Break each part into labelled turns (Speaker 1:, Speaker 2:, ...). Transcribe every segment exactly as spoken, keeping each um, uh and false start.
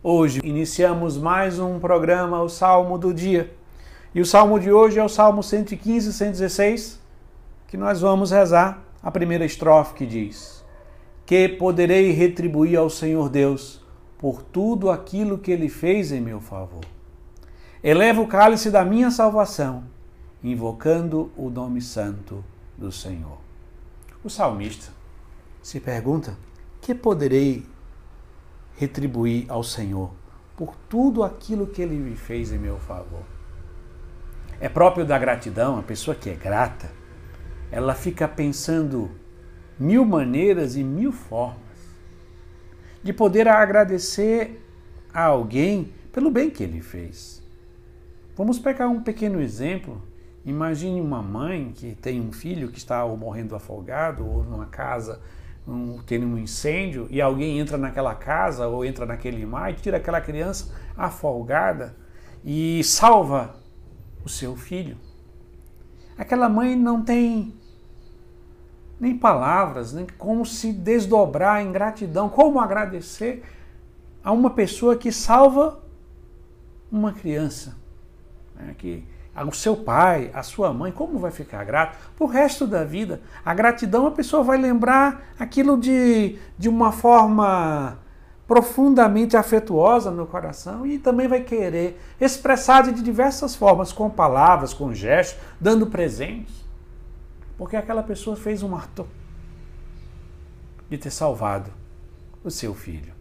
Speaker 1: Hoje iniciamos mais um programa, o Salmo do Dia. E o Salmo de hoje é o Salmo cento e quinze, cento e dezesseis, que nós vamos rezar a primeira estrofe que diz: Que poderei retribuir ao Senhor Deus por tudo aquilo que Ele fez em meu favor. Elevo o cálice da minha salvação, invocando o nome santo do Senhor. O salmista se pergunta: que poderei retribuir ao Senhor por tudo aquilo que Ele me fez em meu favor? É próprio da gratidão, a pessoa que é grata, ela fica pensando mil maneiras e mil formas de poder agradecer a alguém pelo bem que ele fez. Vamos pegar um pequeno exemplo. Imagine uma mãe que tem um filho que está ou morrendo afogado ou numa casa um, tendo um incêndio e alguém entra naquela casa ou entra naquele mar e tira aquela criança afogada e salva o seu filho. Aquela mãe não tem nem palavras, nem como se desdobrar em gratidão, como agradecer a uma pessoa que salva uma criança, né, que o seu pai, a sua mãe, como vai ficar grato pro resto da vida? A gratidão, a pessoa vai lembrar aquilo de, de uma forma profundamente afetuosa no coração e também vai querer expressar de diversas formas, com palavras, com gestos, dando presentes, porque aquela pessoa fez um ato de ter salvado o seu filho.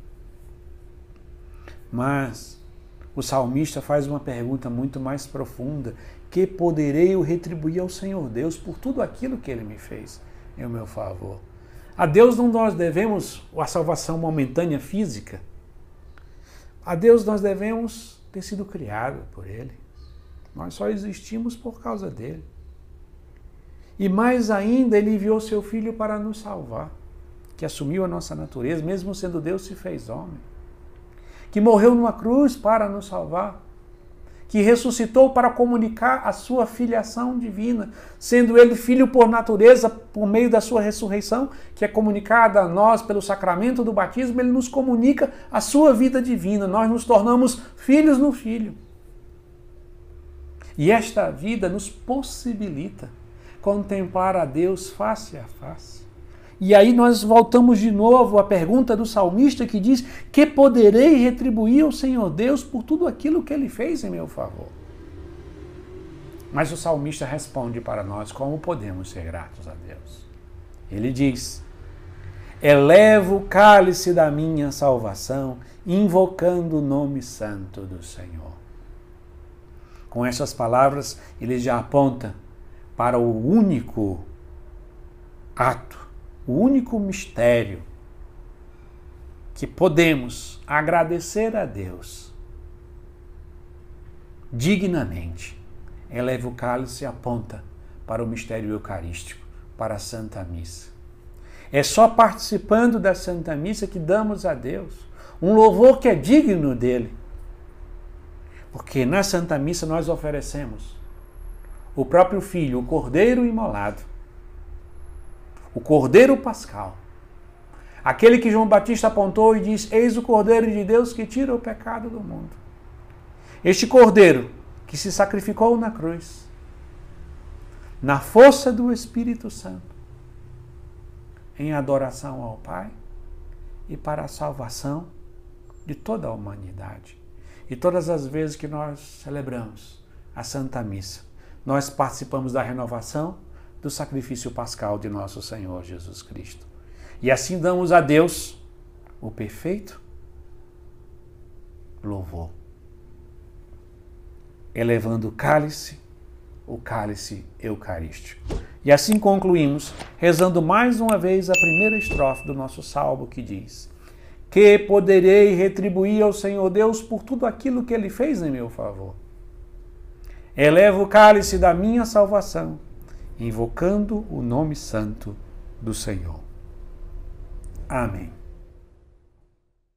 Speaker 1: Mas o salmista faz uma pergunta muito mais profunda: que poderei eu retribuir ao Senhor Deus por tudo aquilo que Ele me fez em meu favor? A Deus não nós devemos a salvação momentânea física. A Deus nós devemos ter sido criados por Ele. Nós só existimos por causa dEle. E mais ainda, Ele enviou seu Filho para nos salvar, que assumiu a nossa natureza, mesmo sendo Deus, se fez homem, que morreu numa cruz para nos salvar, que ressuscitou para comunicar a sua filiação divina, sendo Ele filho por natureza, por meio da sua ressurreição, que é comunicada a nós pelo sacramento do batismo. Ele nos comunica a sua vida divina, nós nos tornamos filhos no Filho. E esta vida nos possibilita contemplar a Deus face a face. E aí nós voltamos de novo à pergunta do salmista que diz: que poderei retribuir ao Senhor Deus por tudo aquilo que Ele fez em meu favor? Mas o salmista responde para nós como podemos ser gratos a Deus. Ele diz: elevo o cálice da minha salvação, invocando o nome santo do Senhor. Com essas palavras, ele já aponta para o único ato, o único mistério que podemos agradecer a Deus dignamente. Eleva o cálice e aponta para o mistério eucarístico, para a Santa Missa. É só participando da Santa Missa que damos a Deus um louvor que é digno dele. Porque na Santa Missa nós oferecemos o próprio Filho, o Cordeiro imolado, o Cordeiro Pascal, aquele que João Batista apontou e diz: eis o Cordeiro de Deus que tira o pecado do mundo. Este Cordeiro que se sacrificou na cruz, na força do Espírito Santo, em adoração ao Pai e para a salvação de toda a humanidade. E todas as vezes que nós celebramos a Santa Missa, nós participamos da renovação do sacrifício pascal de nosso Senhor Jesus Cristo. E assim damos a Deus o perfeito louvor, elevando o cálice, o cálice eucarístico. E assim concluímos, rezando mais uma vez a primeira estrofe do nosso salmo, que diz: que poderei retribuir ao Senhor Deus por tudo aquilo que Ele fez em meu favor. Elevo o cálice da minha salvação, invocando o nome santo do Senhor. Amém.